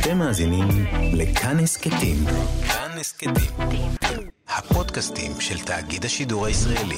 אתם מאזינים לכאן הסקטים. כאן הסקטים. הפודקאסטים של תאגיד השידור הישראלי.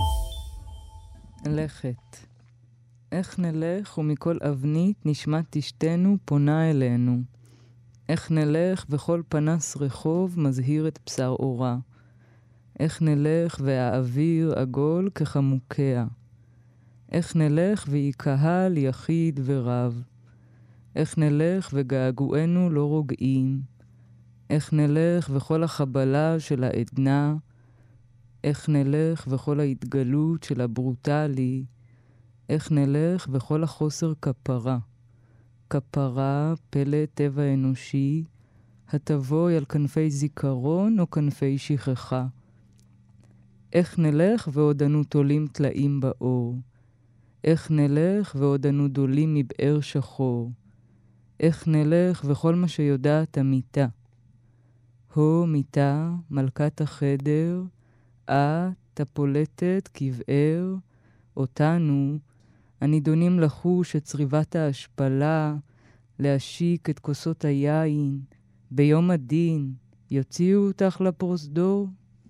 לכת. איך נלך ומכל אבנית נשמת תשתנו פונה אלינו. איך נלך וכל פנס רחוב מזהיר את בשר אורה. איך נלך והאוויר עגול כחמוקע. איך נלך ויקהל יחיד ורב. איך נלך וגעגוענו לא רוגעים. איך נלך וכל החבלה של העדנה. איך נלך וכל ההתגלות של הברוטלי. איך נלך וכל החוסר כפרה. כפרה, פלא טבע אנושי, התבוי על כנפי זיכרון או כנפי שכחה. איך נלך ועוד אנו תולים תלאים באור. איך נלך ועוד אנו דולים מבאר שחור. איך נלך וכל מה שיודעת המיטה. הו מיטה, מלכת החדר, את הפולטת כבאר, אותנו, הנידונים לחוש את צריבת ההשפלה, להשיק את כוסות היין, ביום הדין, יוציאו אותך לפרוזדור?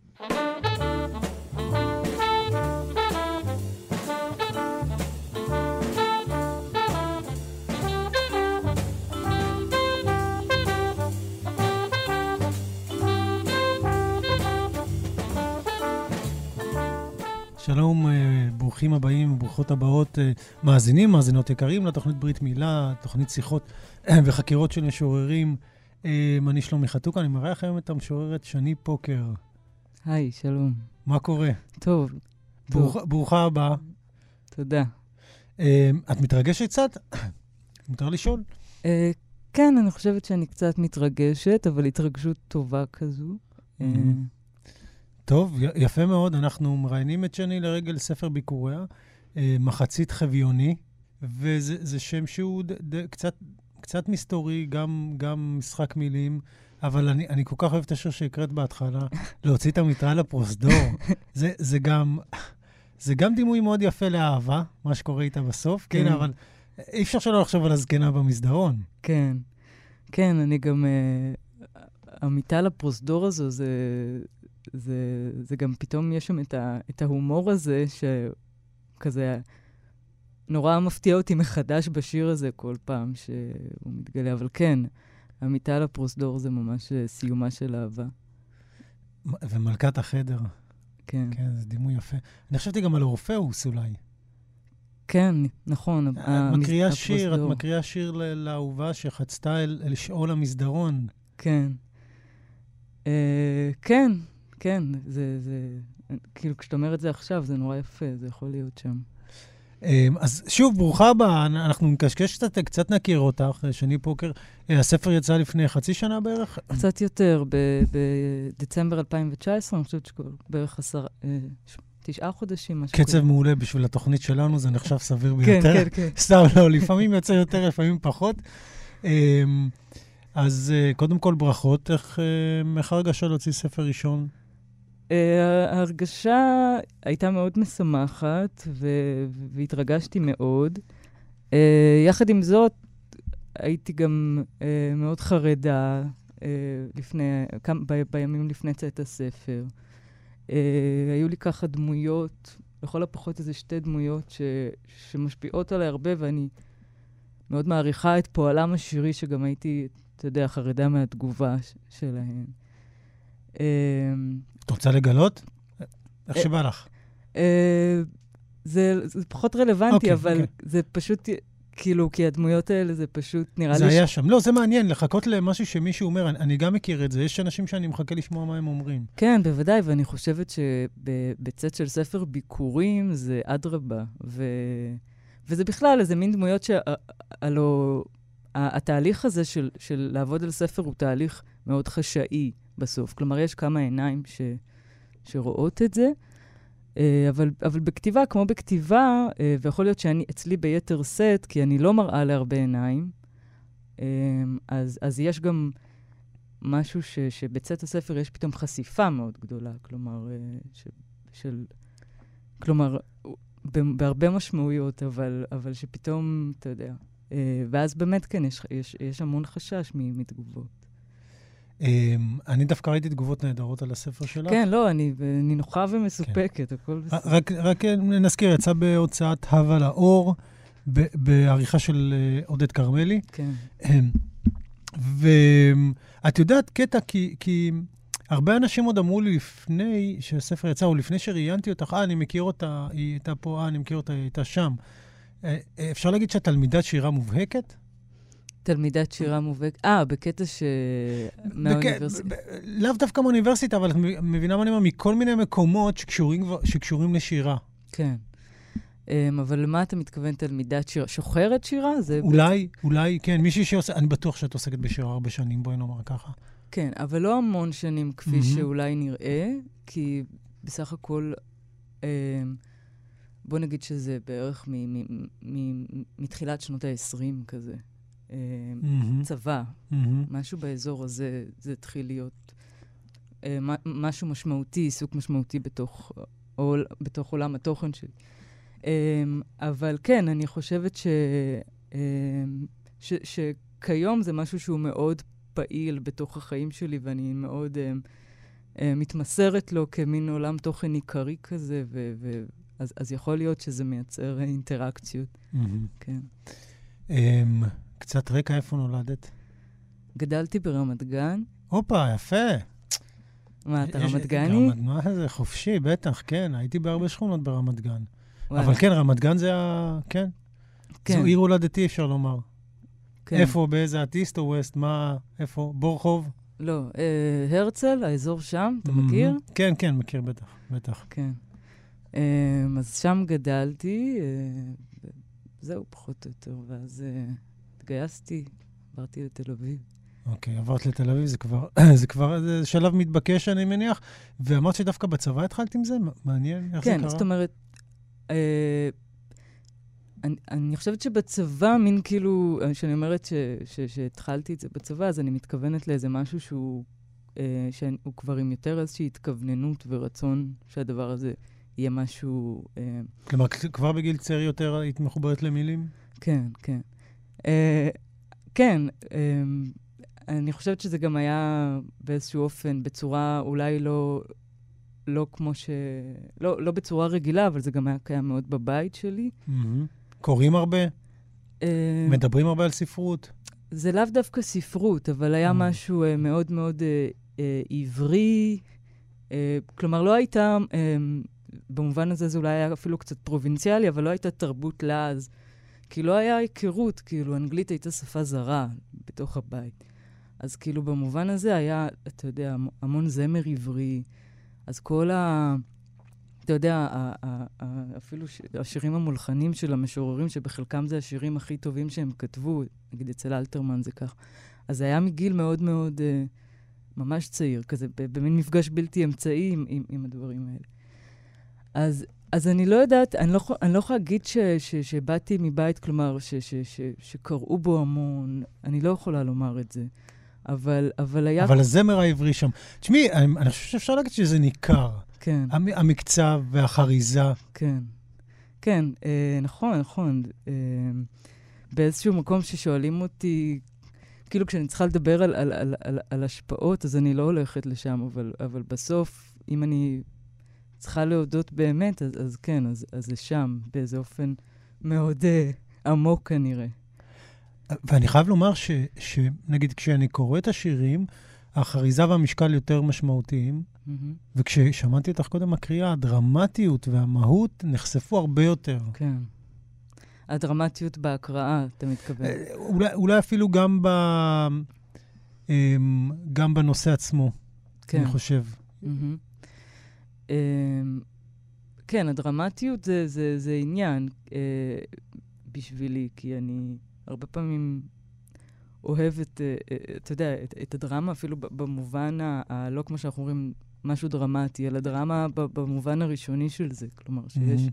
שלום, ברוכים הבאים וברוכות הבאות, מאזינים, מאזינות יקרים לתוכנית ברית מילה, תוכנית שיחות וחקירות של משוררים. אני שלומי חתוקה, אני מארח היום את המשוררת שני פוקר. היי, שלום. מה קורה? טוב. ברוכה הבאה. תודה. את מתרגשת קצת? מותר לשאול? כן, אני חושבת שאני קצת מתרגשת, אבל התרגשות טובה כזו. טוב, יפה מאוד. אנחנו מראיינים את שני לרגל ספר ביקוריה, מחצית חביוני, וזה שם שהוא קצת מסתורי, גם משחק מילים, אבל אני כל כך אוהב את השיר שהקראת בהתחלה, להוציא את המטרה לפרוזדור. זה גם דימוי מאוד יפה לאהבה, מה שקורה איתה בסוף, כן, אבל אי אפשר שלא לחשוב על הזקנה במסדרון. כן, כן, אני גם... המיטה לפרוזדור הזו זה גם פתאום יש שם את ההומור הזה, שכזה נורא מפתיע אותי מחדש בשיר הזה כל פעם שהוא מתגלה. אבל כן, המיטה לפרוזדור זה ממש סיומה של אהבה. ומלכת החדר. כן. כן, זה דימוי יפה. אני חשבתי גם על אורפאוס אולי. כן, נכון. את מקריאה שיר לאהובה שחצתה אל שאול המסדרון. כן. כן. כן, זה כאילו כשאתה אומר את זה עכשיו, זה נורא יפה, זה יכול להיות שם. אז שוב, ברוכה הבאה, אנחנו נקשקש קצת נכיר אותך, שני פוקר. הספר יצא לפני חצי שנה בערך? קצת יותר, בדצמבר 2019, אני חושבת בערך 9 חודשים. קצב מעולה בשביל התוכנית שלנו, זה נחשב סביר ביותר. כן, כן. סתם לא, לפעמים יוצא יותר, לפעמים פחות. אז קודם כל ברכות, איך הרגשה להוציא ספר ראשון? ההרגשה הייתה מאוד משמחת, והתרגשתי מאוד. יחד עם זאת, הייתי גם מאוד חרדה בימים לפני צאת הספר. היו לי ככה דמויות, לכל הפחות איזה 2 דמויות שמשפיעות עליי הרבה, ואני מאוד מעריכה את פועלם השירי, שגם הייתי, אתה יודע, חרדה מהתגובה שלהם. את רוצה לגלות? איך שבא לך? זה פחות רלוונטי, אבל זה פשוט, כאילו, כי הדמויות האלה זה פשוט נראה לי... זה היה שם. לא, זה מעניין, לחכות למשהו שמישהו אומר, אני גם מכיר את זה, יש אנשים שאני מחכה לשמוע מה הם אומרים. כן, בוודאי, ואני חושבת שבצאת של ספר ביקורים זה אדרבה, וזה בכלל איזה מין דמויות שהלוא... התהליך הזה של לעבוד על ספר הוא תהליך מאוד חשאי בסוף. כלומר, יש כמה עיניים שרואות את זה, אבל בכתיבה, כמו בכתיבה, ויכול להיות שאני אצלי ביתר סט, כי אני לא מראה להרבה עיניים, אז יש גם משהו שבצאת הספר יש פתאום חשיפה מאוד גדולה. כלומר, בהרבה משמעויות, אבל שפתאום, אתה יודע, ואז באמת, כן, יש המון חשש מתגובות. אני דווקא ראיתי תגובות נהדרות על הספר שלך. כן, לא, אני נוחה ומסופקת, הכל בסדר. רק נזכיר, יצא בהוצאת הווה לאור, בעריכה של עודד קרמלי. כן. ואת יודעת, קטע, כי הרבה אנשים עוד אמרו לי לפני שהספר יצא, או לפני שראיינתי אותך, אני מכיר אותה, היא הייתה פה, אני מכיר אותה, היא הייתה שם. אפשר להגיד שאת תלמידת שירה מובהקת? תלמידת שירה מובהקת. בקטע מהאוניברסיטה. לאו דווקא מהאוניברסיטה, אבל את מבינה מה אני אומר, מכל מיני מקומות שקשורים לשירה. כן. אבל למה אתה מתכוון תלמידת שירה? שוחרת שירה? אולי, כן. מישהי שעושה, אני בטוח שאת עוסקת בשירה הרבה שנים, בואי נאמר ככה. כן, אבל לא המון שנים כפי שאולי נראה, כי בסך הכל, בוא נגיד שזה בערך מתחילת שנות ה-20 כזה. צבא, משהו באזור הזה, זה התחיל להיות משהו משמעותי, עיסוק משמעותי בתוך עולם התוכן שלי. אבל כן, אני חושבת שכיום זה משהו שהוא מאוד פעיל בתוך החיים שלי, ואני מאוד מתמסרת לו כמין עולם תוכן עיקרי כזה, אז יכול להיות שזה מייצר אינטראקציות. כן. קצת רקע, איפה נולדת? גדלתי ברמת גן. הופה, יפה. מה, אתה רמת גני? זה חופשי, בטח, כן. הייתי בהרבה שכונות ברמת גן. אבל כן, רמת גן זה כן. זו עיר הולדתי, אפשר לומר. איפה, באיזה אטיסט או ווסט, מה, איפה? בורחוב? לא, הרצל, האזור שם, אתה מכיר? כן, כן, מכיר, בטח. כן. אז שם גדלתי, זהו פחות או יותר, ואז התגייסתי, עברתי לתל אביב. אוקיי, עברת לתל אביב, זה כבר שלב מתבקש, אני מניח, ואמרת שדווקא בצבא התחלת עם זה? מעניין, איך זה קרה? כן, זאת אומרת, אני חושבת שבצבא, מין כאילו, שאני אומרת שהתחלתי את זה בצבא, אז אני מתכוונת לאיזה משהו שהוא כבר עם יותר איזושהי התכווננות ורצון שהדבר הזה יהיה משהו... כלומר, כבר בגיל צעיר יותר היית מחוברת למילים? כן, כן. כן, אני חושבת שזה גם היה באיזשהו אופן, בצורה אולי לא כמו לא בצורה רגילה, אבל זה גם היה קיים מאוד בבית שלי. קוראים הרבה? מדברים הרבה על ספרות? זה לאו דווקא ספרות, אבל היה משהו מאוד מאוד עברי. כלומר, לא הייתה, במובן הזה זה אולי היה אפילו קצת פרובינציאלי, אבל לא הייתה תרבות לעז. כי לא היה היכרות, כאילו, אנגלית הייתה שפה זרה בתוך הבית. אז כאילו, במובן הזה היה, אתה יודע, המון זמר עברי. אז כל אתה יודע, אפילו השירים המולחנים של המשוררים, שבחלקם זה השירים הכי טובים שהם כתבו, נגיד אצל אלתרמן זה כך. אז זה היה מגיל מאוד מאוד ממש צעיר, כזה, במין מפגש בלתי אמצעי עם הדברים האלה. אז אני לא יודעת, אני לא יכולה להגיד שבאתי מבית, כלומר, שקראו בו המון, אני לא יכולה לומר את זה. אבל היה... אבל הזמר העברי שם. תשמעי, אני חושב שאפשר להגיד שזה ניכר. כן. המקצב והחריזה. כן. כן, נכון. באיזשהו מקום ששואלים אותי, כאילו כשאני צריכה לדבר על השפעות, אז אני לא הולכת לשם, אבל בסוף, אם אני צריכה להודות באמת, אז כן, אז זה שם, באיזה אופן מאוד עמוק כנראה. ואני חייב לומר שנגיד כשאני קורא את השירים, החריזה והמשקל יותר משמעותיים, וכששמעתי אותך קודם מקריאה, הדרמטיות והמהות נחשפו הרבה יותר. כן. הדרמטיות בהקראה, אתה מתכוון. אולי אפילו גם בנושא עצמו, אני חושב. כן, הדרמטיות זה עניין בשבילי, כי אני הרבה פעמים אוהבת, אתה יודע, את הדרמה, אפילו במובן לא כמו שאנחנו אומרים, משהו דרמטי, אלא דרמה במובן הראשוני של זה. כלומר,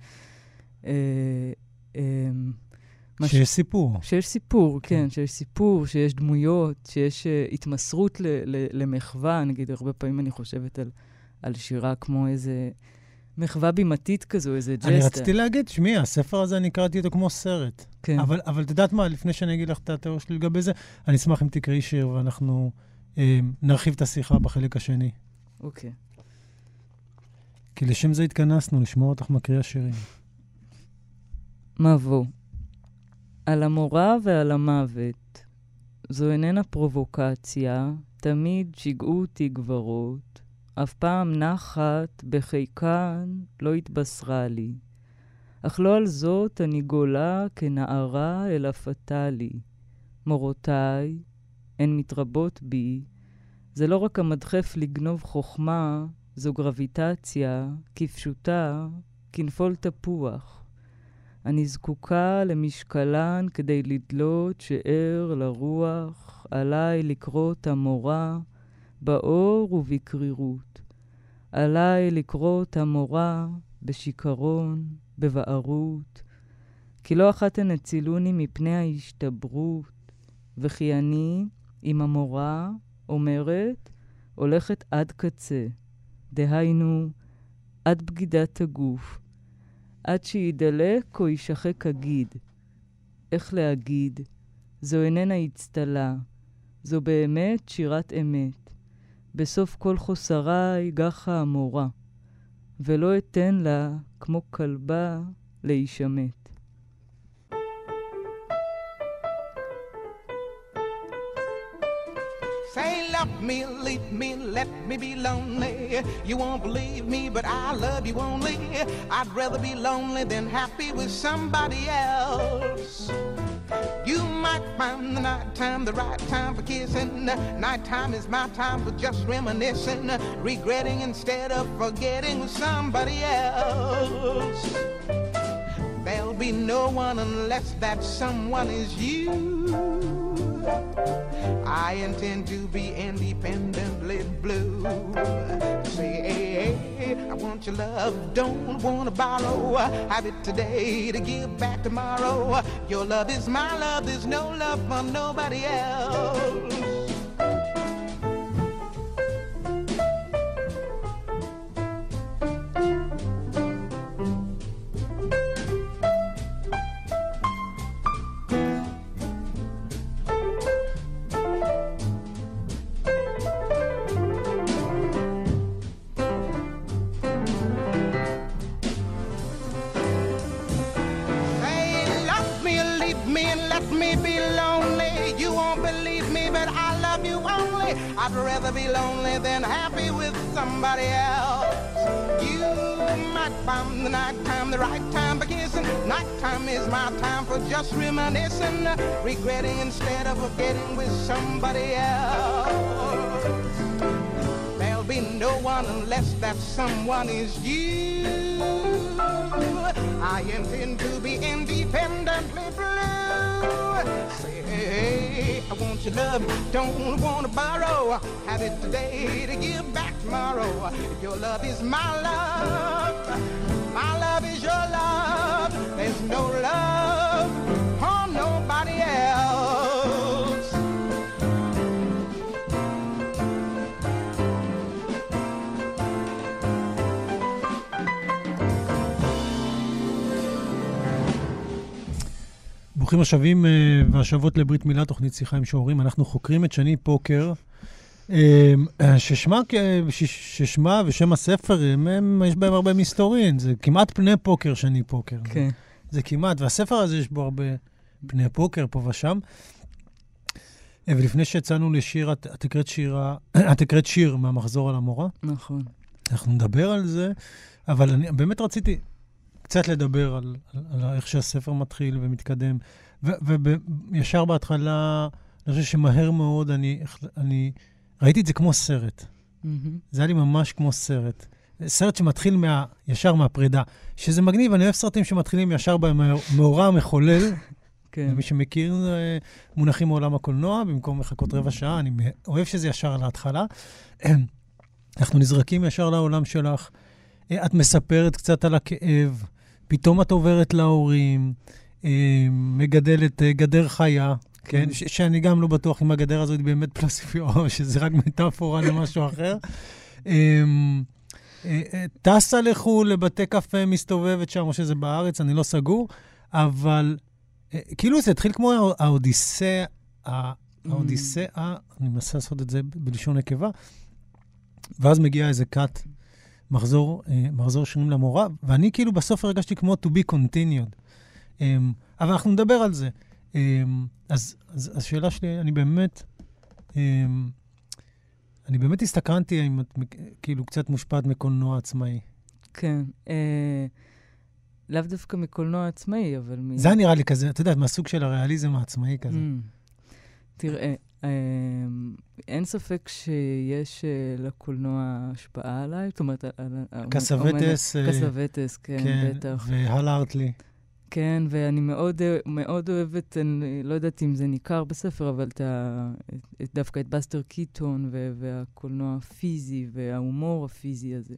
שיש סיפור. שיש סיפור, כן, שיש סיפור, שיש דמויות, שיש התמסרות למחווה. נגיד, הרבה פעמים אני חושבת על שירה כמו איזה מחווה בימתית כזו, איזה ג'סטה. אני רציתי להגיד, שמי, הספר הזה אני קראתי אותו כמו סרט. כן. אבל את יודעת מה, לפני שאני אגיד לך את התיאוריה שלי לגבי זה, אני אשמח אם תקראי שיר ואנחנו נרחיב את השיחה בחלק השני. אוקיי. כי לשם זה התכנסנו, לשמוע אותך מקריאה שירים. מבוא. על המורה ועל המוות. זו איננה פרובוקציה, תמיד שיגעו אותי גברות. אף פעם נחת בחיקן לא התבשרה לי. אך לא על זאת אני גולה כנערה אל הפתלי. מורותיי, הן מתרבות בי. זה לא רק המדחף לגנוב חוכמה, זו גרביטציה, כפשוטה, כנפול תפוח. אני זקוקה למשקלן כדי לדלות שאר לרוח, עליי לקרוא את המורה, באור ובקרירות. עליי לקרוא את המורה, בשיקרון, בבערות. כי לא אחת הן הצילוני מפני ההשתברות, וכי אני, עם המורה, אומרת, הולכת עד קצה. דהיינו, עד בגידת הגוף. עד שידלק או ישחק הגיד. איך להגיד? זו איננה הצטלה. זו באמת שירת אמת. בסוף כל חוסריי גחה המורה. ולא אתן לה, כמו כלבה, להישמט. Say, love me, leave me, let me be lonely. You won't believe me, but I love you only. I'd rather be lonely than happy with somebody else. You might find the nighttime the right time for kissing. Nighttime is my time for just reminiscing, regretting instead of forgetting with somebody else. There'll be no one unless that someone is you. I intend to be independently blue. Say, hey, I want your love, don't want to borrow. Have it today to give back tomorrow. Your love is my love, there's no love for nobody else. I'd rather be lonely than happy with somebody else. You might find the nighttime the right time for kissing. Nighttime is my time for just reminiscing, regretting instead of forgetting with somebody else. There'll be no one unless that someone is you. I intend to be independently blue. Say, hey, I want your love, don't want to borrow. Have it today to give back tomorrow. Your love is my love is your love. There's no love for nobody else. ברוכים השבים והשבות לברית מילה, תוכנית שיחה עם שוערים. אנחנו חוקרים את שני פוקר, ששמה ושם הספר, יש בהם הרבה מסתורין. זה כמעט פני פוקר, שני פוקר. כן. זה כמעט, והספר הזה יש בו הרבה פני פוקר פה ושם. ולפני שיצאנו לשיר, את הקראת שיר מהמחזור על המורה. נכון. אנחנו נדבר על זה, אבל אני באמת רציתי קצת לדבר על איך שהספר מתחיל ומתקדם. וישר בהתחלה, אני חושב שמהר מאוד אני ראיתי את זה כמו סרט. זה היה לי ממש כמו סרט. סרט שמתחיל ישר מהפרידה. שזה מגניב, אני אוהב סרטים שמתחילים ישר במאורע המחולל. כן. מי שמכיר מונחים מעולם הקולנוע, במקום לחכות רבע שעה, אני אוהב שזה ישר על ההתחלה. אנחנו נזרקים ישר לעולם שלך. את מספרת קצת על הכאב, פתאום את עוברת להורים, מגדלת גדר חיה, כן? שאני גם לא בטוח אם הגדר הזאת היא באמת פלוסיפי, או שזה רק מטאפורה למשהו אחר. טסה לחו"ל, לבתי קפה מסתובבת שם, או שזה בארץ, אני לא סגור, אבל כאילו זה התחיל כמו האודיסאה, אני מנסה לעשות את זה בלשון נקבה, ואז מגיע איזה קאט, מחזור שירים למורה, ואני כאילו בסוף הרגשתי כמו to be continued. אבל אנחנו נדבר על זה. אז השאלה שלי, אני באמת הסתקרנתי אם את כאילו קצת מושפעת מקולנוע עצמאי. כן. לאו דווקא מקולנוע עצמאי, אבל זה נראה לי כזה, אתה יודע, מהסוג של הריאליזם העצמאי כזה. תראה, אין ספק שיש לקולנוע השפעה עליי, זאת אומרת, קסווטס. קסווטס, כן, בטח. והל ארטלי. כן, ואני מאוד אוהבת, אני לא יודעת אם זה ניכר בספר, אבל דווקא את בסטר קיטון והקולנוע הפיזי וההומור הפיזי הזה.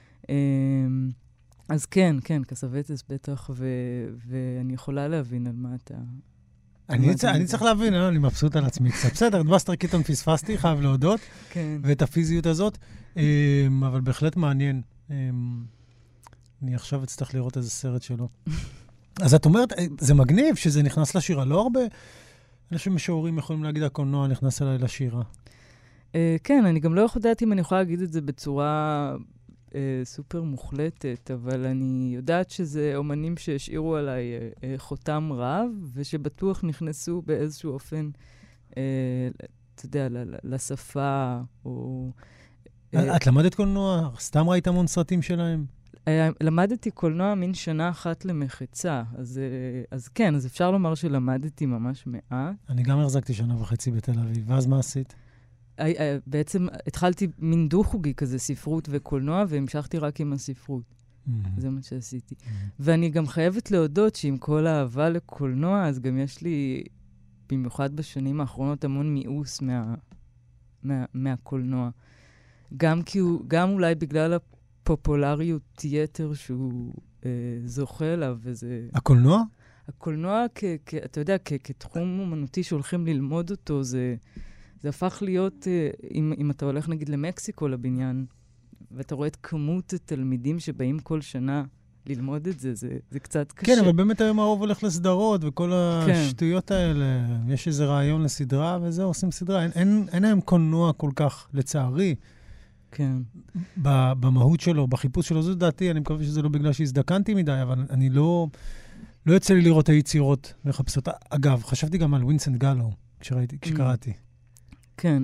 אז כן, קסווטס בטח, ואני יכולה להבין על מה אתה... אני צריך להבין, אני מבסוט על עצמי קצת. בסדר, את בסטר קיטון פספסתי, חייב להודות, ואת הפיזיות הזאת, אבל בהחלט מעניין. אני עכשיו אצטרך לראות איזה סרט שלו. אז את אומרת, זה מגניב שזה נכנס לשירה, לא הרבה אנשים משוררים יכולים להגיד, הקולנוע נכנס אליי לשירה. כן, אני גם לא יודעת אם אני יכולה להגיד את זה בצורה סופר מוחלטת, אבל אני יודעת שזה אומנים שהשאירו עליי חותם רב, ושבטוח נכנסו באיזשהו אופן, אתה יודע, לשפה, או... את למדת קולנוע? סתם ראית המון סרטים שלהם? למדתי קולנוע מין שנה אחת למחצה, אז כן, אז אפשר לומר שלמדתי ממש מעט. אני גם החזקתי 1.5 שנה בתל אביב, ואז מה עשית? בעצם התחלתי מין דו-חוגי כזה, ספרות וקולנוע, והמשכתי רק עם הספרות. זה מה שעשיתי. ואני גם חייבת להודות שעם כל האהבה לקולנוע, אז גם יש לי, במיוחד בשנים האחרונות, המון מיאוס מהקולנוע. גם אולי בגלל הפופולריות יתר שהוא זוכה אליו, וזה... הקולנוע? הקולנוע, אתה יודע, כתחום אומנותי שהולכים ללמוד אותו, זה הפך להיות, אם אתה הולך נגיד למקסיקו, לבניין, ואתה רואה את כמות התלמידים שבאים כל שנה ללמוד את זה, זה קצת קשה. כן, אבל באמת היום הרוב הולך לסדרות, וכל השטויות האלה, יש איזה רעיון לסדרה, וזה עושים סדרה. אין להם קולנוע כל כך, לצערי. כן. במהות שלו, בחיפוש שלו, זו דעתי, אני מקווה שזה לא בגלל שהזדקנתי מדי, אבל אני לא יוצא לי לראות היצירות מחפשות. אגב, חשבתי גם על וינסנט גלו, כשקראתי. כן,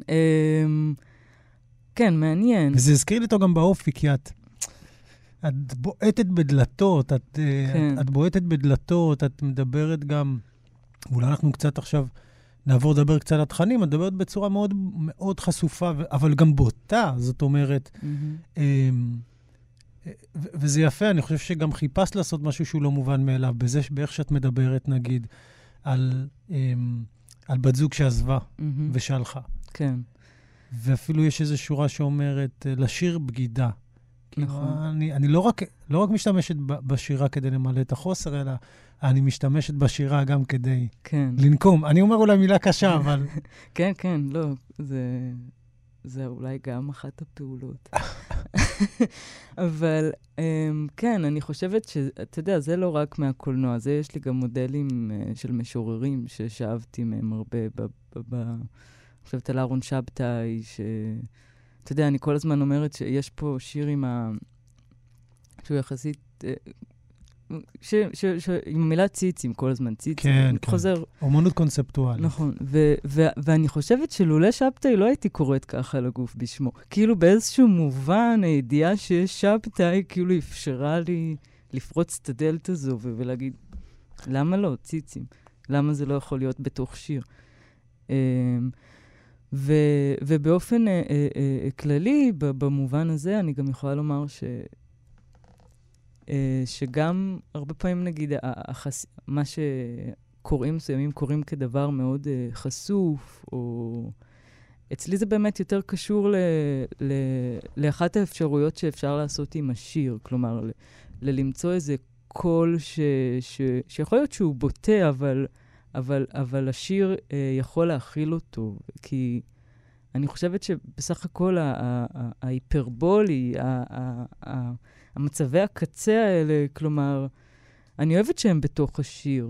כן, מעניין. וזה הזכיר לי אותו גם באופי, כי את בועטת בדלתות, את בועטת בדלתות, את מדברת גם, אולי אנחנו קצת עכשיו נעבור לדבר קצת על התכנים, את מדברת בצורה מאוד מאוד חשופה, אבל גם בוטה, זאת אומרת, וזה יפה, אני חושב שגם חיפשת לעשות משהו שהוא לא מובן מאליו, בזה באיך שאת מדברת, נגיד, על בת זוג שעזבה ושהלכה. כן. ואפילו יש איזו שורה שאומרת, לשיר בגידה. נכון. אני לא רק משתמשת בשירה כדי למלא את החוסר, אלא אני משתמשת בשירה גם כדי לנקום. אני אומר אולי מילה קשה, אבל... כן, כן, לא, זה אולי גם אחת הפעולות. אבל כן, אני חושבת שאתה יודע, זה לא רק מהקולנוע, זה יש לי גם מודלים של משוררים ששאבתי מהם הרבה חושבת על אהרון שבתאי, אתה יודע, אני כל הזמן אומרת שיש פה שיר שהוא יחסית, עם המילה ציצים, כל הזמן ציצים. כן, כן. חוזר... אומנות קונספטואלית. נכון, ואני חושבת שלולא שבתאי לא הייתי קוראת ככה לגוף בשמו. כאילו באיזשהו מובן, הידיעה שיש שבתאי, כאילו אפשרה לי לפרוץ את הדלת הזו ולהגיד, למה לא, ציצים? למה זה לא יכול להיות בתוך שיר? ובאופן כללי, במובן הזה, אני גם יכולה לומר שגם הרבה פעמים, נגיד, מה שקוראים מסוימים קוראים כדבר מאוד חשוף, או... אצלי זה באמת יותר קשור לאחת האפשרויות שאפשר לעשות עם השיר, כלומר, למצוא איזה קול שיכול להיות שהוא בוטה, אבל השיר יכול להכיל אותו, כי אני חושבת שבסך הכל ההיפרבולי, המצבי הקצה האלה, כלומר, אני אוהבת שהם בתוך השיר.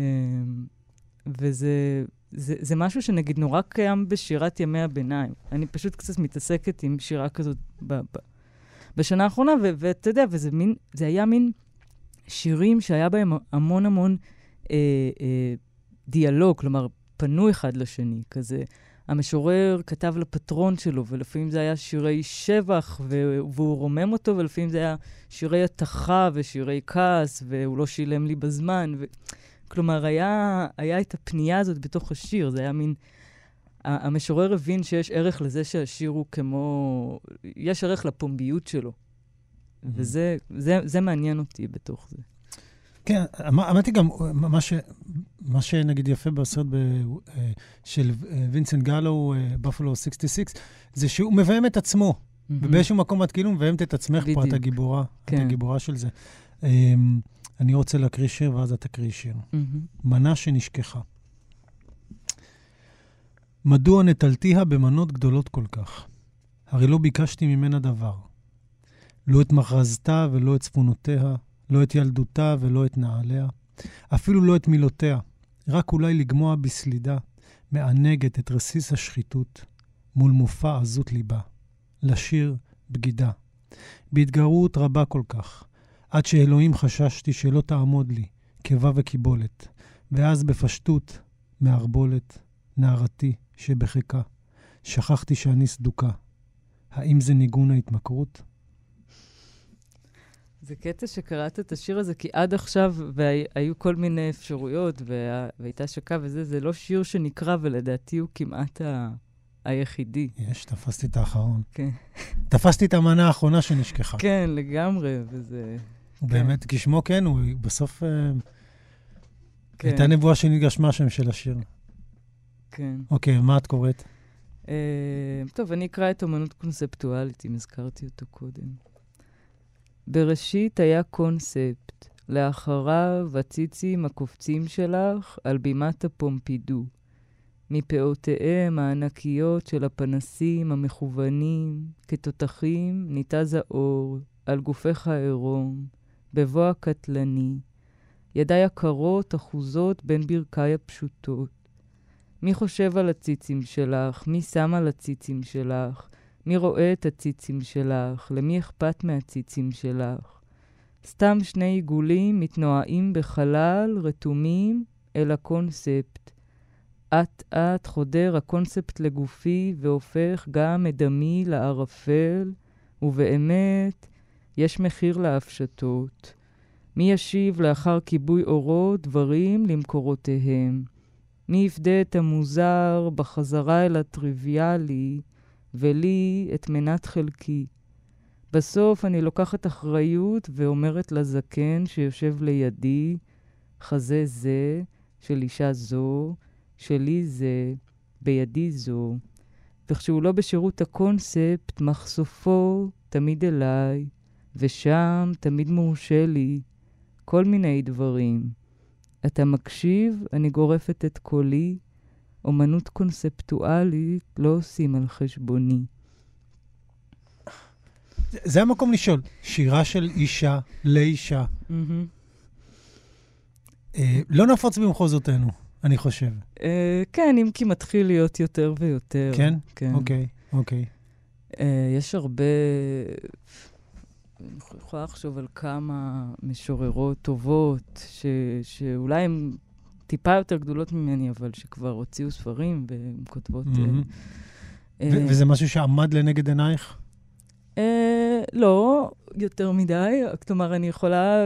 וזה משהו שנגיד נורא קיים בשירת ימי הביניים. אני פשוט קצת מתעסקת עם שירה כזאת בשנה האחרונה, ואתה יודע, זה היה מין שירים שהיה בהם המון המון דיאלוג, כלומר, פנו אחד לשני, כזה. המשורר כתב לפטרון שלו, ולפעמים זה היה שירי שבח, והוא רומם אותו, ולפעמים זה היה שירי התחה ושירי כעס, והוא לא שילם לי בזמן. כלומר, היה את הפנייה הזאת בתוך השיר, זה היה מין... המשורר הבין שיש ערך לזה שהשיר הוא כמו... יש ערך לפומביות שלו. וזה מעניין אותי בתוך זה. כן, אמרתי גם, מה שנגיד יפה בסרט של וינסנט גלו, בפלו 66, זה שהוא מביים את עצמו, ובאיזשהו מקום את כאילו מביימת את עצמך פה, את הגיבורה של זה. אני רוצה להקריא שיר, ואז את תקריא שיר. מנה שנשכחה. מדוע נטלתיה במנות גדולות כל כך? הרי לא ביקשתי ממנה דבר. לא את מחרזתה ולא את צפונותיה, לא את ילדותה ולא את נעליה, אפילו לא את מילותיה, רק אולי לגמוע בסלידה, מענגת את רסיס השחיתות, מול מופע עזות ליבה, לשיר בגידה, בהתגרות רבה כל כך, עד שאלוהים חששתי שלא תעמוד לי, קיבה וקיבולת, ואז בפשטות, מערבולת, נערתי שבחיקה, שכחתי שאני סדוקה. האם זה ניגון ההתמכרות? זה קטע שקראת את השיר הזה, כי עד עכשיו, והיו כל מיני אפשרויות, והייתה שקה וזה, זה לא שיר שנקרא, ולדעתי הוא כמעט היחידי. יש, תפסתי את האחרון. כן. תפסתי את המנה האחרונה שנשכחה. כן, לגמרי, וזה... הוא באמת, כשמו כן, הוא בסוף... הייתה נבואה שנתגשמה שם של השיר. כן. אוקיי, מה את קוראת? טוב, אני אקרא את אומנות קונספטואלית, אם הזכרתי אותו קודם. בראשית היה קונספט, לאחריו הציצים הקופצים שלך על בימת הפומפידו. מפאותיהם הענקיות של הפנסים המכוונים, כתותחים ניתז האור, על גופך העירום, בבוא הקטלני. ידיי הקרות אחוזות בין ברכיי הפשוטות. מי חושב על הציצים שלך? מי שם על הציצים שלך? מי רואה את הציצים שלך? למי אכפת מהציצים שלך? סתם שני עיגולים מתנועים בחלל רתומים אל הקונספט. אט-אט חודר הקונספט לגופי והופך גם את דמי לערפל, ובאמת יש מחיר להפשטות. מי ישיב לאחר כיבוי אורות דברים למקורותיהם? מי יפדה את המוזר בחזרה אל הטריוויאלי, ולי את מנת חלקי? בסוף אני לוקחת אחריות ואומרת לזקן שיושב לידי, חזה זה, של אישה זו, שלי זה, בידי זו. וכשהוא לא בשירות הקונספט, מחשופו תמיד אליי, ושם תמיד מורשה לי, כל מיני דברים. אתה מקשיב, אני גורפת את קולי, אומנות קונספטואלית לא עושים על חשבוני. זה המקום לשאול. שירה של אישה לאישה. לא נפוץ במחוזותינו, אני חושב. כן, אם כי מתחיל להיות יותר ויותר. כן? אוקיי. יש הרבה... אני יכולה לחשוב על כמה משוררות טובות, שאולי הן טיפה יותר גדולות ממני, אבל שכבר הוציאו ספרים והן כותבות... וזה משהו שעמד לנגד עינייך? לא, יותר מדי. כלומר, אני יכולה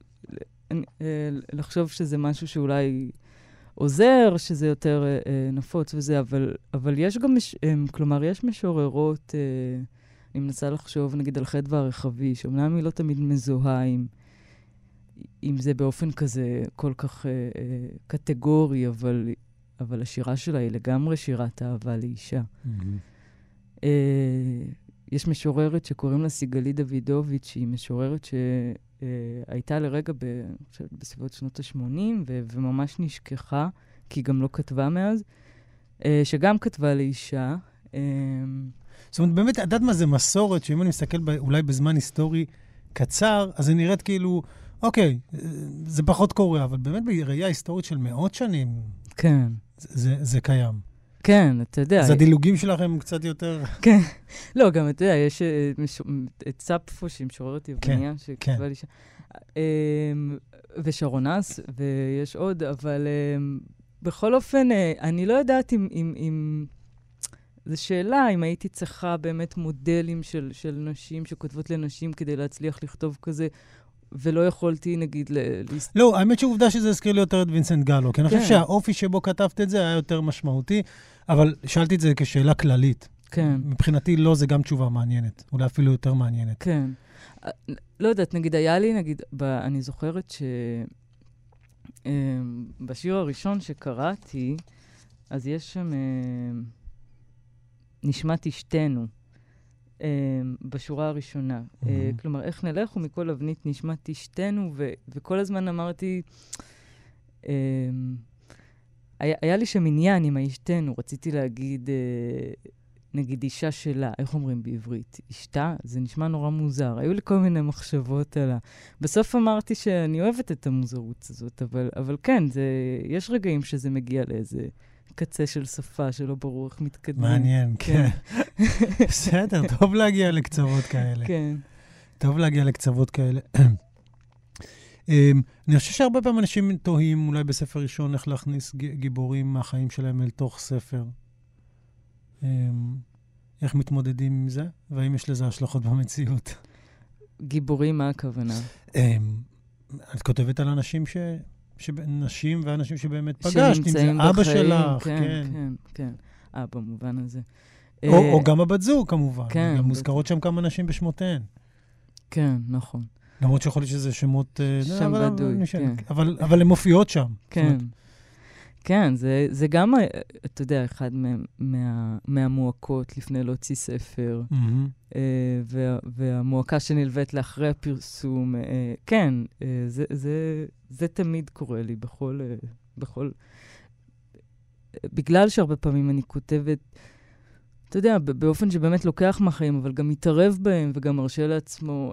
לחשוב שזה משהו שאולי עוזר, שזה יותר נפוץ וזה, אבל יש גם, כלומר, יש משוררות, אני מנסה לחשוב, נגיד, על חדווה הרחבי, שאומנם היא לא תמיד מזוהה עם זה באופן כזה כל כך קטגורי, אבל השירה שלה היא לגמרי שירת אהבה לאישה. יש משוררת שקוראים לה סיגלי דוידוביץ', שהיא משוררת שהייתה לרגע בסביבות שנות ה-80, וממש נשכחה, כי היא גם לא כתבה מאז, שגם כתבה לאישה, זאת אומרת, באמת, יודעת מה זה מסורת, שאם אני מסתכל אולי בזמן היסטורי קצר, אז זה נראית כאילו, אוקיי, זה פחות קורה, אבל באמת בראייה היסטורית של מאות שנים, כן. זה קיים. כן, אתה יודע. אז הדילוגים שלכם קצת יותר... כן. לא, גם אתה יודע, יש את ספפו, שהיא משוררת יווניה, שכתבה לי שם. ושרונס, ויש עוד, אבל בכל אופן, אני לא יודעת אם זו שאלה, אם הייתי צריכה באמת מודלים של נשים שכותבות לנשים כדי להצליח לכתוב כזה, ולא יכולתי, נגיד, לא, האמת שעובדה שזה הזכיר לי יותר את וינסנט גלו, כי אני חושב שהאופי שבו כתבת את זה היה יותר משמעותי, אבל שאלתי את זה כשאלה כללית. כן. מבחינתי לא, זה גם תשובה מעניינת, אולי אפילו יותר מעניינת. כן. לא יודעת, נגיד, היה לי, נגיד, אני זוכרת בשיר הראשון שקראתי, אז יש שם נשמת אשתנו, בשורה הראשונה. כלומר, איך נלך ומכל אבנית נשמת אשתנו, וכל הזמן אמרתי, היה לי שם עניין עם האשתנו, רציתי להגיד, נגיד אישה שלה, איך אומרים בעברית? אשתה? זה נשמע נורא מוזר. היו לי כל מיני מחשבות עליה. בסוף אמרתי שאני אוהבת את המוזרות הזאת, אבל כן, יש רגעים שזה מגיע לאיזה קצה של שפה שלא ברור איך מתקדמים. מעניין, כן. בסדר, טוב להגיע לקצוות כאלה. כן. טוב להגיע לקצוות כאלה. אני חושב שהרבה פעמים אנשים תוהים, אולי בספר ראשון, איך להכניס גיבורים מהחיים שלהם אל תוך ספר. איך מתמודדים עם זה? והאם יש לזה השלכות במציאות? גיבורים, מה הכוונה? את כותבת על אנשים נשים ואנשים שבאמת פגשת, אם זה אבא שלך. כן. במובן הזה. או גם הבת זוג, כמובן. גם מוזכרות שם כמה נשים בשמותיהן. כן, נכון. למרות שיכול להיות שזה שמות... שם בדוי, כן. אבל הן מופיעות שם. כן. כן, זה גם, אתה יודע, אחד מהמועקות לפני להוציא ספר, והמועקה שנלווית לאחרי הפרסום. כן, זה תמיד קורה לי בכל... בגלל שהרבה פעמים אני כותבת, אתה יודע, באופן שבאמת לוקח מהחיים, אבל גם מתערב בהם, וגם מרשה לעצמו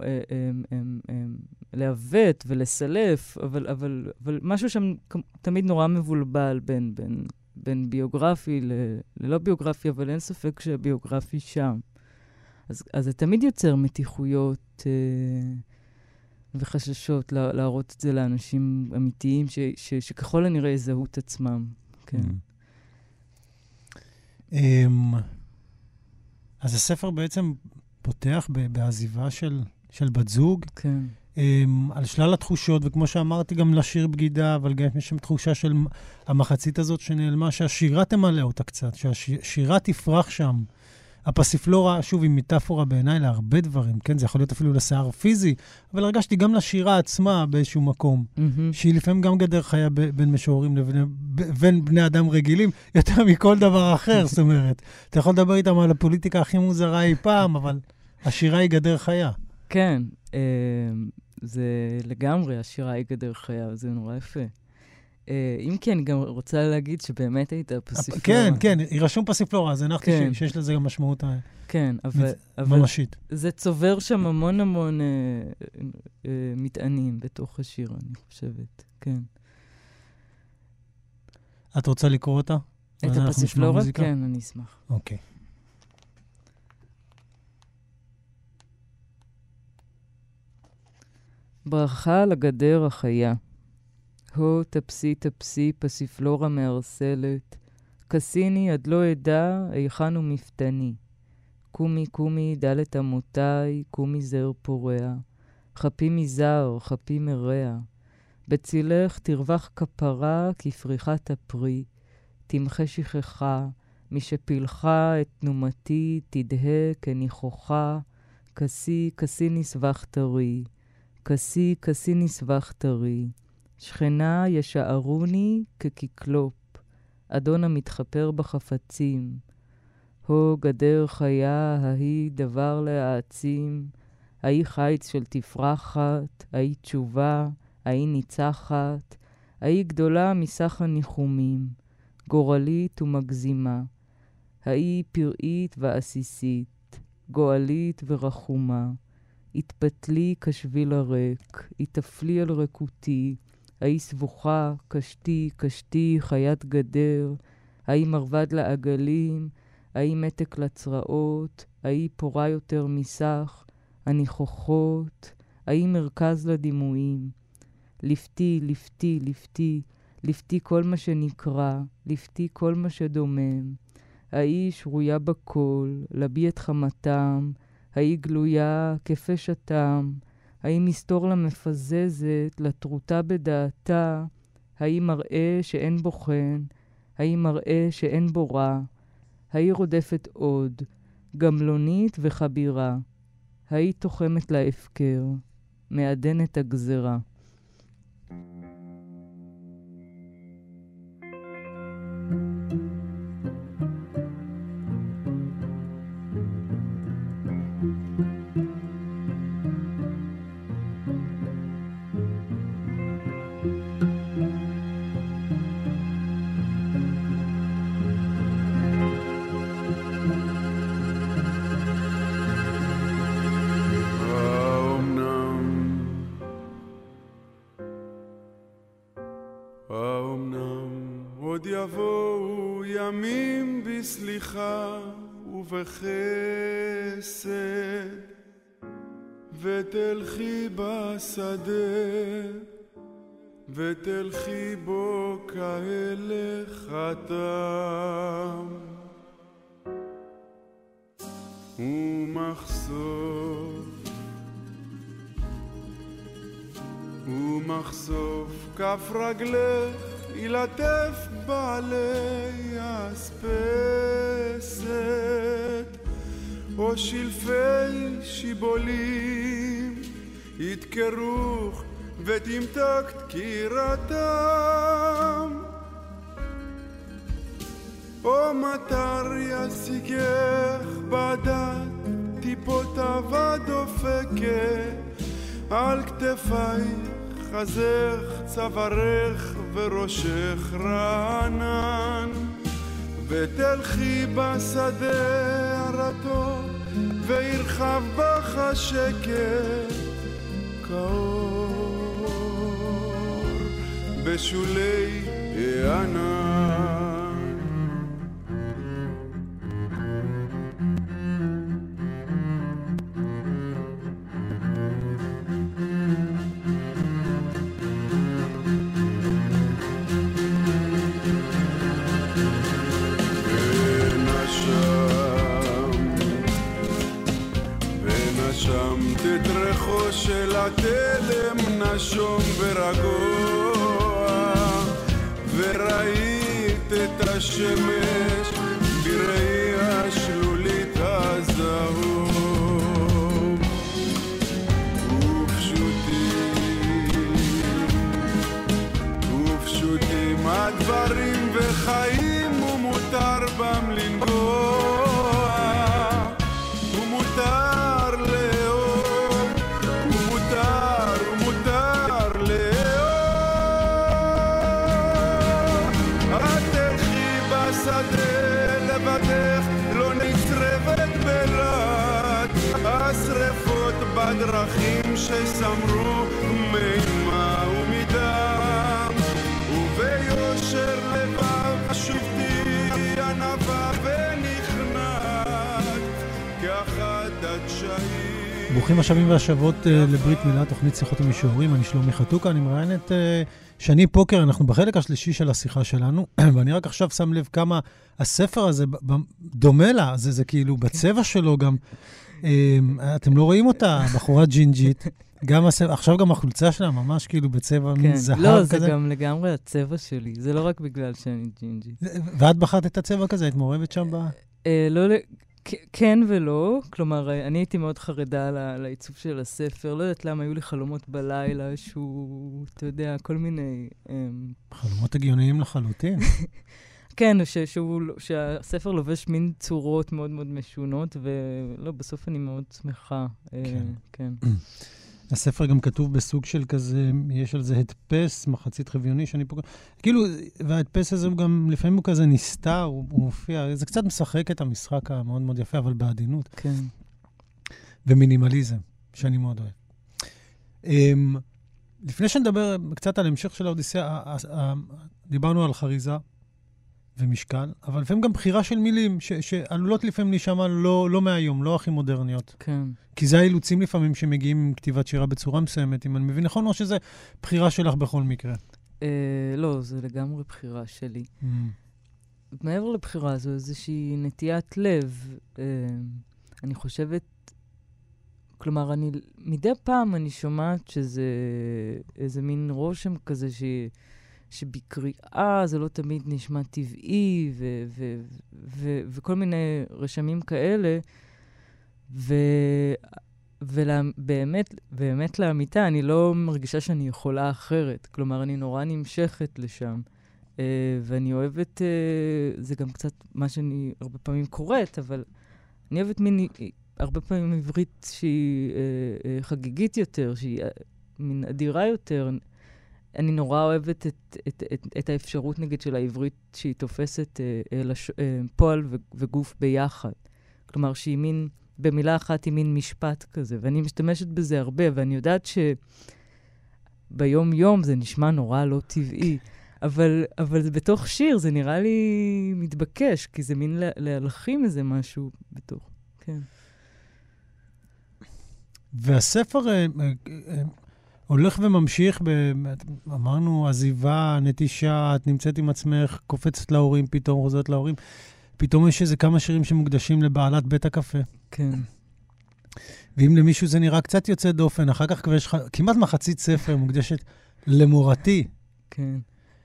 להוות ולסלף, אבל משהו שם תמיד נורא מבולבל בין ביוגרפי ללא ביוגרפי, אבל אין ספק שהביוגרפי שם. אז זה תמיד יוצר מתיחויות וחששות להראות את זה לאנשים אמיתיים, שככל הנראה יזהו את עצמם. כן. אז הספר בעצם פותח בעזיבה של בת זוג, כן. על שלל התחושות, וכמו שאמרתי, גם לשיר בגידה, אבל גם יש שם תחושה של המחצית הזאת שנעלמה, שהשירה תמלא אותה קצת, שהשירה תפרח שם. הפסיפלורה, שוב, היא מטאפורה בעיניי להרבה דברים, כן? זה יכול להיות אפילו לשיער פיזי, אבל הרגשתי גם לשירה עצמה באיזשהו מקום, שהיא לפעמים גם גדר חיה בין משוררים לבין בני אדם רגילים, יותר מכל דבר אחר, זאת אומרת. אתה יכול לדבר איתם על הפוליטיקה הכי מוזרה אי פעם, אבל השירה היא גדר חיה. כן, זה לגמרי, השירה היא גדר חיה, זה נורא יפה. אם כן, אני גם רוצה להגיד שבאמת הייתה פסיפלורה. כן, כן, היא רשום פסיפלורה, אז הנחתי שיש לזה גם משמעות ממשית. זה צובר שם המון המון מטענים בתוך השיר, אני חושבת, כן. את רוצה לקרוא אותה? את הפסיפלורה? כן, אני אשמח. אוקיי. ברכה לגדר החיה. הו, תפסי, תפסי, פסיפלורה מארסלת. כסיני עד לא אדע, היכן ומפתני. קומי, קומי, דלת אמותיי, קומי זר פורע. חפי מזר, חפי מרע. בצילך תרווח כפרה כפריחת הפרי. תמחה שכחה, משפילחה את תנומתי, תדהה כניחוחה. כסי, כסי נסבך טרי. כסי, כסי נסבך טרי. שכנה ישערוני כקיקלופ, אדון המתחפר בחפצים. הו גדר חיה, ההיא דבר להעצים, ההיא חיץ של תפרחת, ההיא תשובה, ההיא ניצחת, ההיא גדולה מסך הניחומים, גורלית ומגזימה. ההיא פראית ועסיסית, גואלית ורחומה. התפתלי כשביל הריק, התאפלי על רקותי, ההיא סבוכה, קשתי, קשתי, חיית גדר, ההיא מרבד לעגלים, ההיא מתק לצרעות, ההיא פורה יותר מסך, הניחוחות, ההיא מרכז לדימויים. לפתי, לפתי, לפתי, לפתי כל מה שנקרא, לפתי כל מה שדומם. ההיא שרויה בכל, לבי את חמתם, ההיא גלויה כפשתם, ההיא מסתור למפזזת, לטרוטה בדעתה, ההיא מראה שאין בו חן, ההיא מראה שאין בו רע, ההיא רודפת עוד, גמלונית וחבירה, ההיא תוחמת להפקר, מעדנת הגזרה. יבואו ימים בסליחה ובחסד ותלכי בשדה ותלכי בו כהלך חתם ומחשוף כף רגלך ילטף בעלי אספסת או שלפי שיבולים יתקרוך ותמתק דקירתם או מטר ישיגך בדת טיפותיו הדופקת על כתפייך חזך צווארך וראשך רענן ותלכי בשדה הרטוב וירחב בך השקט כאור בשולי הענן תטרחו של התלם נשום ורגוע וראית את השמש בראי השלולית הזהוב ופשוטים הדברים וחיים ומותר בם לנגוע בדרכים שסמרו מימה ומדם וביושר לבב שופטי ענבה ונכנעת כאחד הדשאים. ברוכים השבים והשבות לברית מילה, תוכנית שיחות ומשוררים. אני שלומי חתוקה, אני מראיין את שני פוקר. אנחנו בחלק השלישי של השיחה שלנו, ואני רק עכשיו שם לב כמה הספר הזה דומה לה, זה כאילו בצבע שלו גם. אתם לא רואים אותה, בחורה ג'ינג'ית. עכשיו גם החולצה שלה ממש כאילו בצבע מין זהב כזה. לא, זה גם לגמרי הצבע שלי. זה לא רק בגלל שאני ג'ינג'ית. ואת בחרת את הצבע כזה? את מעורבת שם בה? כן ולא. כלומר, אני הייתי מאוד חרדה לעיצוב של הספר. לא יודעת למה, היו לי חלומות בלילה שהוא, אתה יודע, כל מיני... חלומות הגיוניים לחלוטין. כן, שהספר לובש מין צורות מאוד מאוד משונות, ולא, בסוף אני מאוד שמחה. כן. הספר גם כתוב בסוג של כזה, יש על זה הדפס, מחצית חביוני, שאני פה... כאילו, וההדפס הזה הוא גם, לפעמים הוא כזה נסתר, הוא מופיע, זה קצת משחק את המשחק המאוד מאוד יפה, אבל בעדינות. כן. ומינימליזם, שאני מאוד אוהב. לפני שנדבר קצת על המשך של האודיסאה, דיברנו על חריזה ומשקל, אבל לפעמים גם בחירה של מילים שעלולות לפעמים להישמע לא מהיום, לא הכי מודרניות. כן. כי זה האילוצים לפעמים שמגיעים עם כתיבת שירה בצורה מסוימת, אם אני מבין נכון, או שזה בחירה שלך בכל מקרה? לא, זה לגמרי בחירה שלי. מעבר לבחירה זו איזושהי נטיית לב. אני חושבת, כלומר, מדי פעם אני שומעת שזה איזה מין רושם כזה שבקריאה זה לא תמיד נשמע טבעי, וכל מיני רשמים כאלה, ובאמת לאמיתה, אני לא מרגישה שאני יכולה אחרת. כלומר, אני נורא נמשכת לשם, ואני אוהבת, זה גם קצת מה שאני הרבה פעמים קוראת, אבל אני אוהבת מין... הרבה פעמים עברית שהיא חגיגית יותר, שהיא מין אדירה יותר. אני נורא אוהבת את האפשרות, נגיד, של העברית שהיא תופסת פועל וגוף ביחד. כלומר, שהיא מין, במילה אחת היא מין משפט כזה, ואני משתמשת בזה הרבה, ואני יודעת שביום-יום זה נשמע נורא לא טבעי, אבל זה בתוך שיר, זה נראה לי מתבקש, כי זה מין להלחים איזה משהו בתוך, כן. והספר הולך וממשיך, אמרנו, עזיבה, נטישה, את נמצאת עם עצמך, קופצת להורים, פתאום חוזרת להורים. פתאום יש איזה כמה שירים שמוקדשים לבעלת בית הקפה. כן. ואם למישהו זה נראה קצת יוצא דופן, אחר כך כבר יש כמעט מחצית ספר מוקדשת למורתי. כן.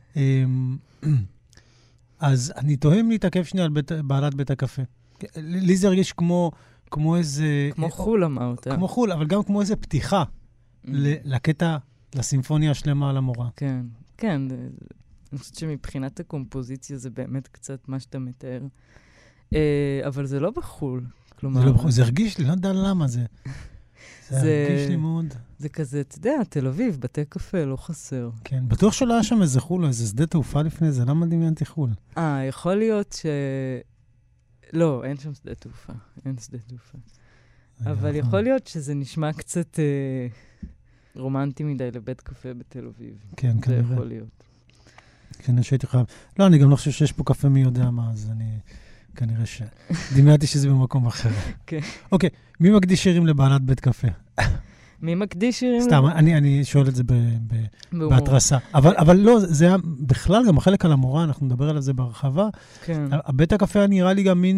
אז אני תוהם להתעכב שנייה על בעלת בית הקפה. לי זה הרגיש כמו איזה... כמו חול אמרת. כמו חול, אבל גם כמו איזה פתיחה לקטע, לסימפוניה השלמה על המורה. כן, כן. אני חושבת שמבחינת הקומפוזיציה זה באמת קצת מה שאתה מתאר. אבל זה לא בחול. זה לא בחול, זה הרגיש לי, לא יודע למה זה. זה הרגיש לי מאוד. זה כזה, אתה יודע, תל אביב, בתי קפה, לא חסר. כן, בטוח שלא היה שם איזה חול, איזה שדה תעופה לפני זה, למה דמיינתי חול? יכול להיות לא, אין שם שדה תעופה. אין שדה תעופה. אבל יכול להיות שזה נשמע קצת רומנטי מדי לבית קפה בתל אביב. כן, כנראה. זה יכול להיות. כנראה שהייתי חייב. לא, אני גם לא חושב שיש פה קפה מי יודע מה, אז אני... כנראה דמיינתי שזה במקום אחר. כן. אוקיי, מי מקדיש שירים לבעלת בית קפה? מי מקדיש שירים? סתם, אני שואל את זה בהתרסה. אבל לא, זה היה בכלל גם החלק על המורה, אנחנו נדבר על זה בהרחבה. כן. הבית הקפה נראה לי גם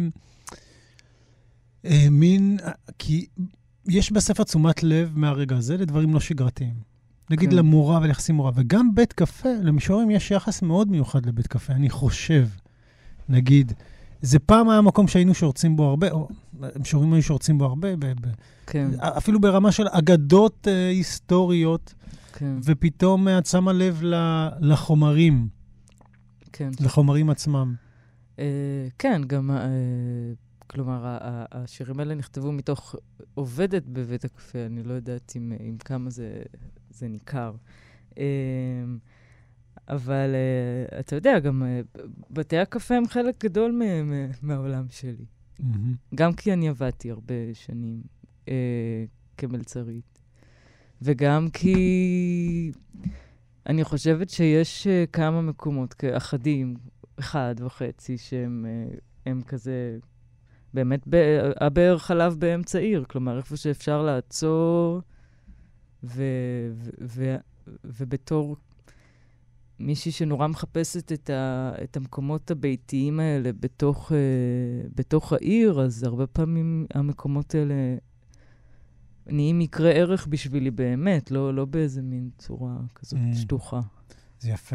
מין, כי יש בספר תשומת לב מהרגע הזה לדברים לא שגרתיים. נגיד למורה וליחסים מורה. וגם בית קפה, למשוררים יש יחס מאוד מיוחד לבית קפה, אני חושב. נגיד, זה פעם היה מקום שהיינו שורצים בו הרבה, או משוררים היו שורצים בו הרבה, כן. אפילו ברמה של אגדות היסטוריות, כן. ופתאום את שמה לב לחומרים, כן. לחומרים עצמם. כן, גם, כלומר, השירים האלה נכתבו מתוך עובדת בבית הקפה, אני לא יודעת עם כמה זה ניכר. אבל אתה יודע, גם בתי הקפה הם חלק גדול מהעולם שלי. גם כי אני עבדתי הרבה שנים כמלצרית. וגם כי אני חושבת שיש כמה מקומות אחדים, 1.5, שהם כזה, באמת, הבאר חלב באמצע עיר. כלומר, איפה שאפשר לעצור, ובתור מישהי שנורא מחפשת את המקומות הביתיים האלה בתוך העיר, אז הרבה פעמים המקומות האלה נהיים מקרה ערך בשבילי באמת, לא באיזה מין צורה כזאת שטוחה. זה יפה.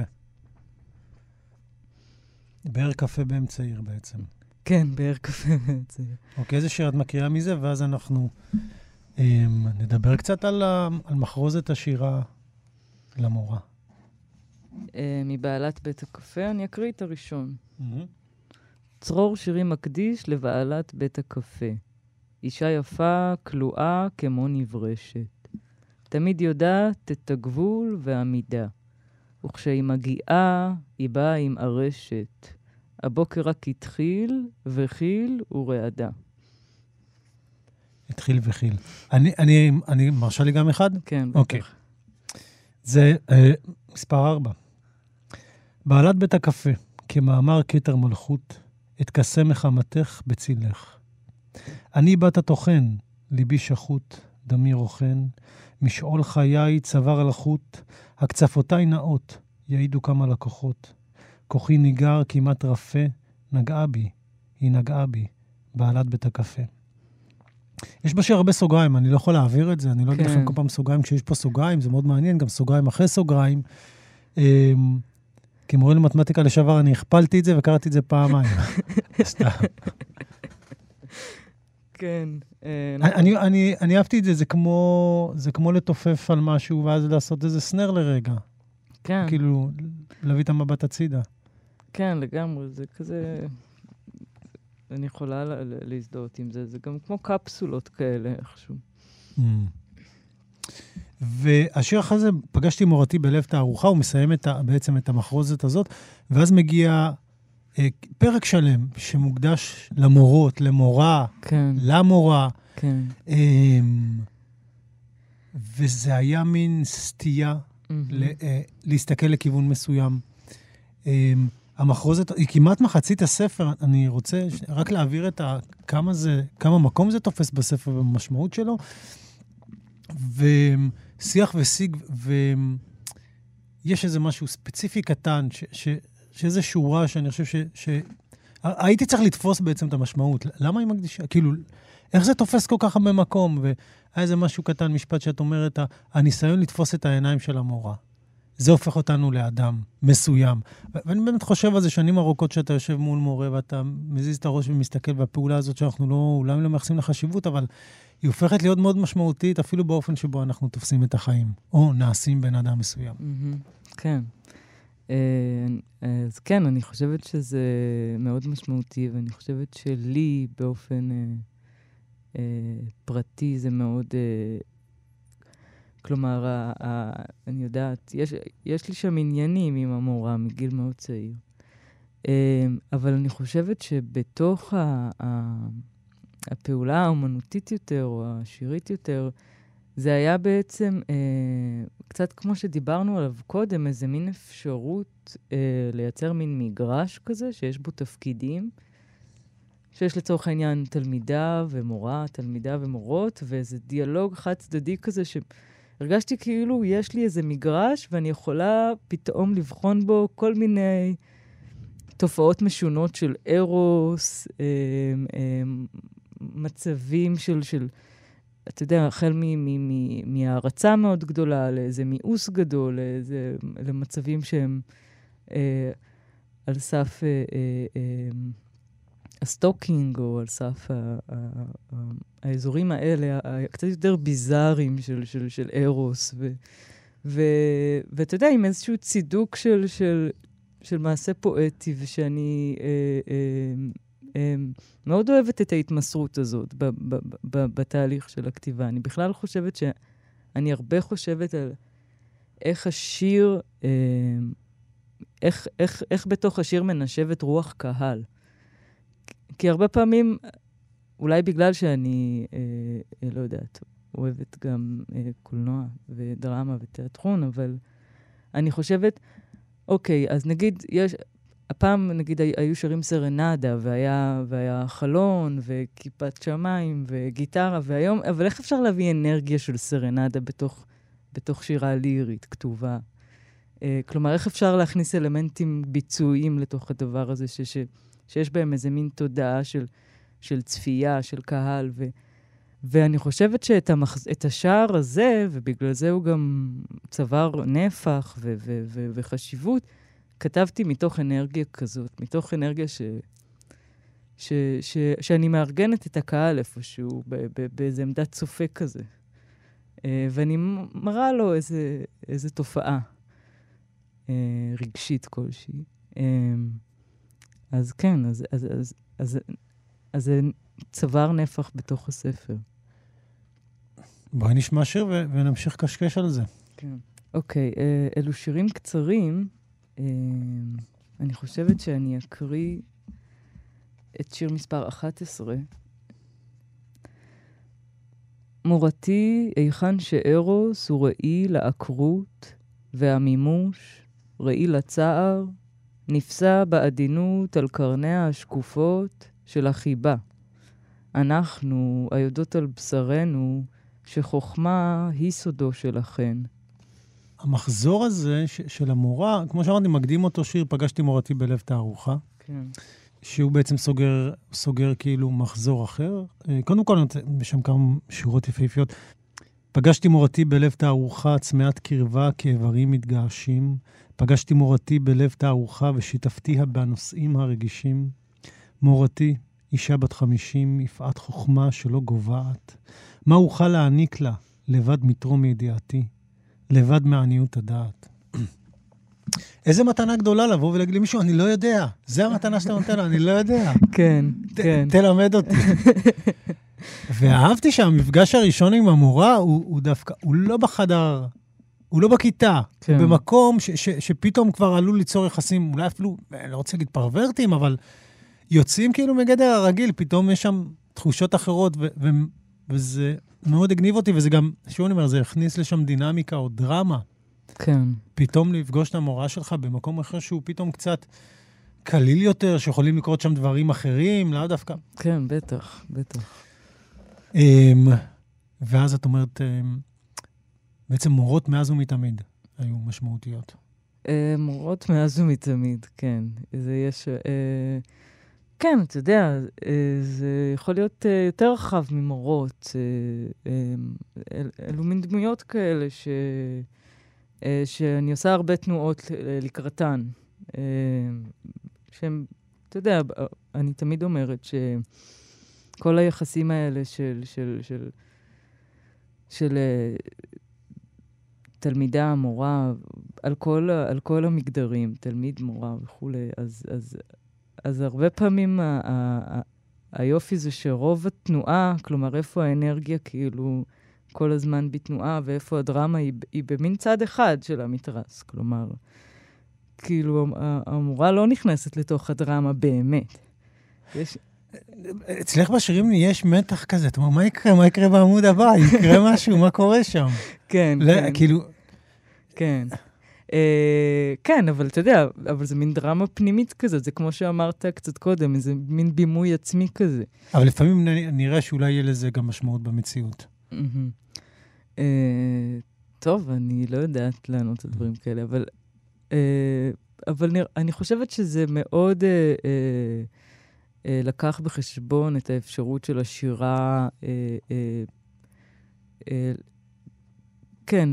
באר קפה באמצע עיר בעצם. כן, באר קפה באמצע עיר. אוקיי, איזה שיר את מכירה מזה? ואז אנחנו נדבר קצת על מחרוזת השירה למורה. מבעלת בית הקפה, אני אקריא את הראשון. צרור שירים מקדיש לבעלת בית הקפה. אישה יפה, כלואה כמו נברשת. תמיד יודעת את הגבול והמידה. וכשהיא מגיעה, היא באה עם ארשת. הבוקר רק התחיל, וחיל ורעדה. התחיל וחיל. אני מרשה לי גם אחד? כן, אוקיי. בטח. זה מספר 4. בעלת בית הקפה, כמאמר כתר מלכות, אתכסה מחמתך בצילך. אני בת התוכן, ליבי שחוט, דמי רוכן, משעול חיי צוואר על החוט, הקצפותיי נאות, יעידו כמה לקוחות. כוחי ניגר כמעט רפה, נגעה בי, היא נגעה בי, בעלת בית הקפה. יש בשיר הרבה סוגריים, אני לא יכול להעביר את זה, אני לא אגיד לכם כל פעם סוגריים, כשיש פה סוגריים, זה מאוד מעניין, גם סוגריים אחרי סוגריים. כמורה למתמטיקה לשעבר, אני הכפלתי את זה וקראתי את זה פעמיים. סתם. כן. אני אהבתי את זה, זה כמו לתופף על משהו, ואז לעשות איזה סנר לרגע. כן. כאילו, להביא את המבט הצידה. כן, לגמרי, זה כזה... אני יכולה להזדהות עם זה, זה גם כמו קפסולות כאלה, איכשהו. והשיר אחרי זה, פגשתי מורתי בלב תערוכה, הוא מסיים בעצם את המחרוזת הזאת, ואז מגיע פרק שלם שמוקדש למורות, למורה, כן. למורה. כן. וזה היה מין סטייה להסתכל לכיוון מסוים. המחרוזת, היא כמעט מחצית הספר, אני רוצה רק להעביר את כמה מקום זה תופס בספר ובמשמעות שלו, ושיח ושיג, ויש איזה משהו ספציפי קטן, שאיזו שורה שאני חושב הייתי צריך לתפוס בעצם את המשמעות. למה היא מקדישה? כאילו, איך זה תופס כל כך הרבה מקום? והיה איזה משהו קטן, משפט שאת אומרת, הניסיון לתפוס את העיניים של המורה. זה הופך אותנו לאדם מסוים. ואני באמת חושב על זה שנים ארוכות שאתה יושב מול מורה, ואתה מזיז את הראש ומסתכל, והפעולה הזאת שאנחנו אולי לא מייחסים לחשיבות, אבל היא הופכת להיות מאוד משמעותית, אפילו באופן שבו אנחנו תופסים את החיים, או נעשים בן אדם מסוים. כן. אז כן, אני חושבת שזה מאוד משמעותי, ואני חושבת שלי באופן פרטי זה מאוד... כלומר, אני יודעת, יש לי שם עניינים עם המורה מגיל מאוד צעיר. אבל אני חושבת שבתוך הפעולה האומנותית יותר, או השירית יותר, זה היה בעצם קצת כמו שדיברנו עליו קודם, איזה מין אפשרות לייצר מין מגרש כזה, שיש בו תפקידים, שיש לצורך העניין תלמידה ומורה, תלמידה ומורות, ואיזה דיאלוג חד צדדי כזה הרגשתי כאילו יש לי איזה מגרש, ואני יכולה פתאום לבחון בו כל מיני תופעות משונות של אירוס, מצבים של אתה יודע, החל מהערצה מאוד גדולה, לאיזה מיאוס גדול, למצבים שהם על סף הסטוקינג, או על סף האזורים האלה, קצת יותר ביזאריים של אירוס, ואתה יודע, עם איזשהו צידוק של מעשה פואטי, ושאני מאוד אוהבת את ההתמסרות הזאת בתהליך של הכתיבה. אני בכלל חושבת אני הרבה חושבת על איך השיר, איך בתוך השיר מנשבת רוח קהל. כי הרבה פעמים, אולי בגלל שאני, לא יודעת, אוהבת גם קולנוע ודרמה ותיאטרון, אבל אני חושבת, אוקיי, אז נגיד, הפעם נגיד היו שרים סרנדה, והיה חלון, וכיפת שמיים, וגיטרה, והיום, אבל איך אפשר להביא אנרגיה של סרנדה בתוך שירה לירית, כתובה? כלומר, איך אפשר להכניס אלמנטים ביצועיים לתוך הדבר הזה, שיש בהם איזה מין תודעה של צפייה, של קהל, ואני חושבת שאת השער הזה, ובגלל זה הוא גם צבר נפח וחשיבות, כתבתי מתוך אנרגיה כזאת, מתוך אנרגיה שאני מארגנת את הקהל איפשהו, באיזה עמדת צופה כזה. ואני מראה לו איזה תופעה רגשית כלשהי. אז כן, אז זה צבר נפח בתוך הספר. בואי נשמע שיר ונמשיך קשקש על זה. כן. אוקיי, אלו שירים קצרים. אני חושבת שאני אקריא את שיר מספר 11. מורתי, איכן שארוס הוא ראי לעקרות והמימוש, ראי לצער, נפסע בעדינות על קרניה השקופות של החיבה. אנחנו, היודעות על בשרנו, שחוכמה היא סודו שלכן. המחזור הזה של המורה, כמו שאמרתי, מקדים אותו שיר, פגשתי מורתי בלב תערוכה. כן. שהוא בעצם סוגר כאילו מחזור אחר. קודם כל, יש שם כמה שורות יפהפיות. פגשתי מורתי בלב תערוכה, צמאת קרבה, כאיברים מתגעשים. פגשתי מורתי בלב תערוכה, ושיתפתיה בנושאים הרגישים. מורתי, אישה בת 50, יפעת חוכמה שלא גובעת. מה אוכל להעניק לה, לבד מתרום ידיעתי, לבד מעניות הדעת. איזה מתנה גדולה לבוא ולהגיד למישהו, אני לא יודע. זה המתנה שאתה נותן לו, אני לא יודע. כן, כן. תלמד אותי. ואהבתי שהמפגש הראשון עם המורה, הוא דווקא, הוא לא בחדר, הוא לא בכיתה. כן. הוא במקום שפתאום כבר עלול ליצור יחסים, אולי אפילו, אני לא רוצה להגיד פרוורטים, אבל יוצאים כאילו מגדר הרגיל, פתאום יש שם תחושות אחרות, וזה מאוד הגניב אותי, וזה גם, שוב אני אומר, זה הכניס לשם דינמיקה או דרמה. כן. פתאום לפגוש את המורה שלך במקום אחר שהוא פתאום קצת קליל יותר, שיכולים לקרות שם דברים אחרים, לא דווקא. כן, בטח, בטח. ואז את אומרת, בעצם מורות מאז ומתמיד היו משמעותיות. מורות מאז ומתמיד, כן. זה יש... כן, אתה יודע, זה יכול להיות יותר רחב ממורות. אלו מין דמויות כאלה שאני עושה הרבה תנועות לקראתן. שהם, אתה יודע, אני תמיד אומרת שכל היחסים האלה של תלמידה, מורה, על כל המגדרים, תלמיד, מורה וכו', אז הרבה פעמים היופי זה שרוב התנועה, כלומר איפה האנרגיה כאילו כל הזמן בתנועה, ואיפה הדרמה היא במין צד אחד של המתרס. כלומר, כאילו המורה לא נכנסת לתוך הדרמה באמת. אצלך בשירים יש מתח כזה, אתה אומר, מה יקרה בעמוד הבא? יקרה משהו, מה קורה שם? כן, כן. כאילו... כן. כן, אבל אתה יודע, אבל זה מין דרמה פנימית כזה, זה כמו שאמרת קצת קודם, זה מין בימוי עצמי כזה. אבל לפעמים נראה שאולי יהיה לזה גם משמעות במציאות. טוב, אני לא יודעת לענות את הדברים כאלה, אבל אני חושבת שזה מאוד לקח בחשבון את האפשרות של השירה, כן,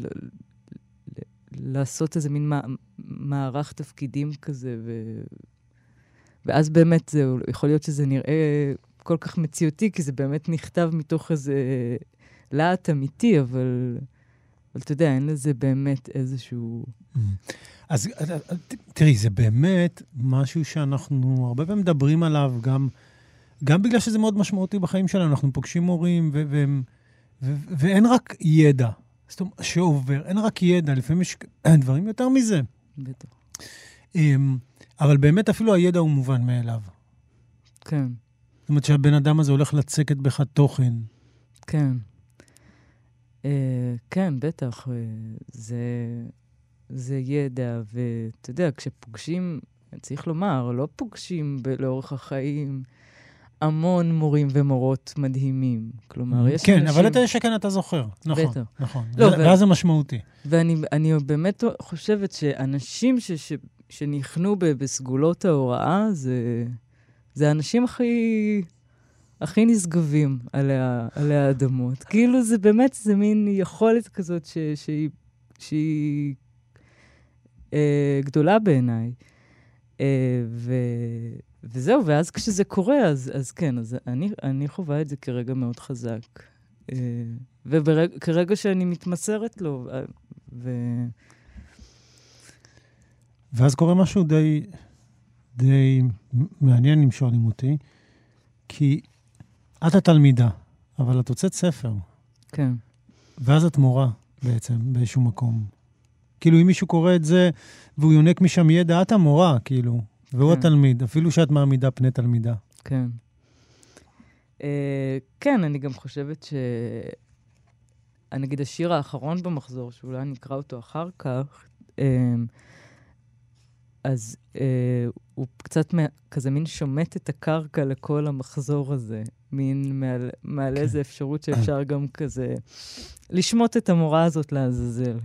לעשות איזה מין מערך תפקידים כזה, ואז באמת זה יכול להיות שזה נראה כל כך מציאותי, כי זה באמת נכתב מתוך איזה להט אמיתי, אבל אתה יודע, אין לזה באמת איזשהו... אז תראי, זה באמת משהו שאנחנו הרבה פעמים מדברים עליו, גם בגלל שזה מאוד משמעותי בחיים שלנו, אנחנו פוגשים מורים, ואין רק ידע. זאת אומרת, שעובר, אין רק ידע, לפעמים יש דברים יותר מזה. בטח. אבל באמת אפילו הידע הוא מובן מאליו. כן. זאת אומרת שהבן אדם הזה הולך לצקת בך תוכן. כן. כן, בטח. זה ידע, ואתה יודע, כשפוגשים, צריך לומר, לא פוגשים לאורך החיים המון מורים ומורות מדהימים. כלומר, יש כן, אנשים... אבל אתה שכן אתה זוכר. נכון, בטח. נכון. לא, ואז זה משמעותי. ואני באמת חושבת שאנשים שנכנו בסגולות ההוראה, זה האנשים הכי נשגבים על האדמות. כאילו זה באמת, זה מין יכולת כזאת שהיא גדולה בעיניי. וזהו, ואז כשזה קורה, אז כן, אז אני חווה את זה כרגע מאוד חזק. וכרגע שאני מתמסרת לו, ואז קורה משהו די מעניין אם שואלים אותי, כי את התלמידה, אבל את הוצאת ספר. כן. ואז את מורה בעצם, באיזשהו מקום. כאילו, אם מישהו קורא את זה, והוא יונק משם ידע, את המורה, כאילו, והוא התלמיד, אפילו שאת מעמידה פני תלמידה. כן. כן, אני גם חושבת נגיד השיר האחרון במחזור, שאולי נקרא אותו אחר כך, אז הוא קצת כזה מין שומט את הקרקע לכל המחזור הזה. מין מעלה איזו אפשרות שאפשר גם כזה לשמוט את המורה הזאת לעזאזל.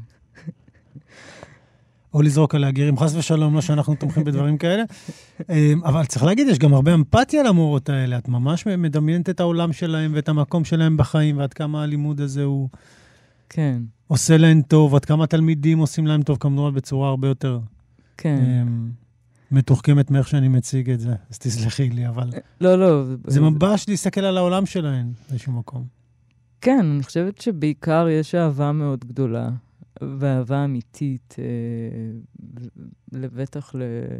או לזרוק עליה גירים, חס ושלום, לא שאנחנו תומכים בדברים כאלה. אבל צריך להגיד, יש גם הרבה אמפתיה למורות האלה. את ממש מדמיינת את העולם שלהם ואת המקום שלהם בחיים, ועד כמה הלימוד הזה הוא כן. עושה להם טוב, ועד כמה תלמידים עושים להם טוב, כמובן בצורה הרבה יותר מתוחכמת מאיך שאני מציג את זה. אז תסלחי לי, אבל לא. זה ממש להסתכל על העולם שלהם באיזשהו מקום. כן, אני חושבת שבעיקר יש אהבה מאוד גדולה. ואהבה אמיתית, לבטח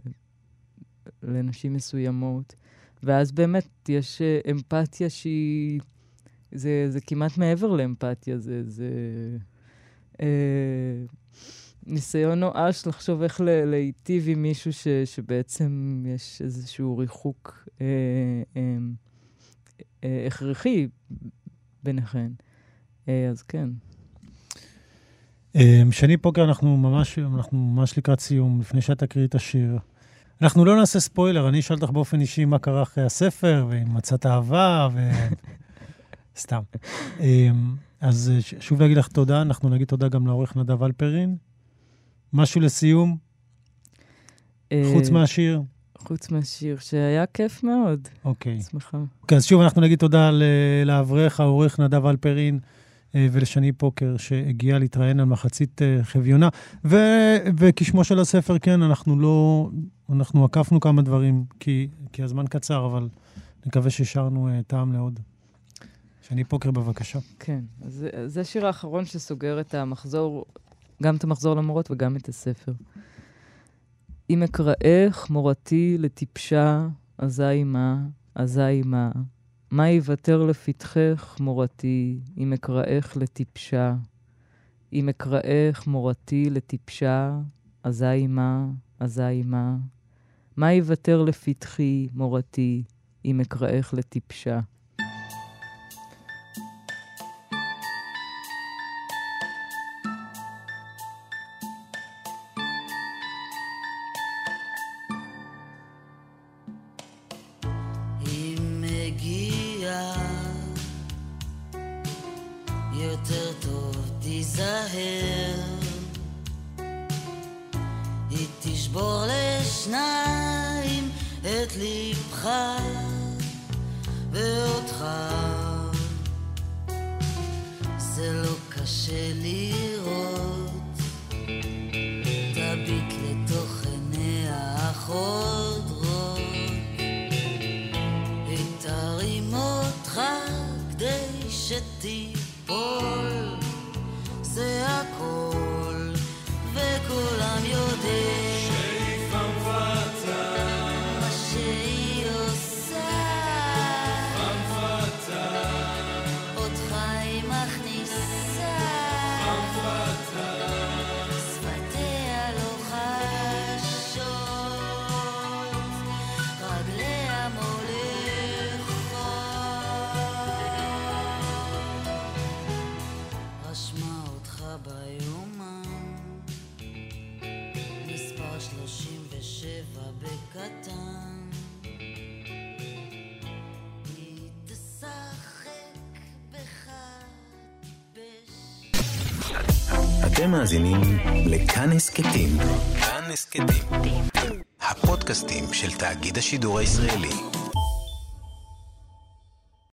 לנשים מסוימות. ואז באמת יש אמפתיה שהיא, זה כמעט מעבר לאמפתיה, זה ניסיון נואש לחשוב איך להיטיב עם מישהו שבעצם יש איזשהו ריחוק הכרחי ביניכן. אז כן. שני פוקר, אנחנו ממש לקראת סיום, לפני שאת תקריא את השיר. אנחנו לא נעשה ספוילר, אני אשאל אותך באופן אישי מה קרה אחרי הספר, ואם מצאת אהבה, סתם. אז שוב להגיד לך תודה, אנחנו נגיד תודה גם לעורך נדב אלפרין. משהו לסיום? חוץ מהשיר? חוץ מהשיר, שהיה כיף מאוד. אוקיי. שמחה. אוקיי, אז שוב אנחנו נגיד תודה לעברך, העורך נדב אלפרין, ולשני פוקר שהגיע להתראיין על מחצית חביונה. וכשמו של הספר, כן, אנחנו עקפנו כמה דברים, כי הזמן קצר, אבל נקווה ששרנו טעם לעוד. שני פוקר, בבקשה. כן, אז זה השיר האחרון שסוגר את המחזור, גם את המחזור למורות וגם את הספר. אם אקראך מורתי לטיפשה, אזי מה, מה יוותר לפתחך מורתי, אם אקראך לטיפשה? אם אקראך מורתי לטיפשה, אזי מה, מה יוותר לפתחי מורתי, אם אקראך לטיפשה? היא תשבור לשניים את ליבך ואותך, זה לא קשה לראות, תביט לתוך עיניה החודרות, היא תרים אותך כדי שתיפול, זה הכל וכולם יודעים שהיא פמפתה, מה שהיא עושה פמפתה, אותך היא מכניסה פמפתה, שפתיה לא חשות, רגליה מולכות, רשמה אותך ביומן מספר 37 בקטן, היא תשחק בך טיפש. אתם מאזינים לכאן הסכתים. כאן הסכתים, הפודקאסטים של תאגיד השידור הישראלי.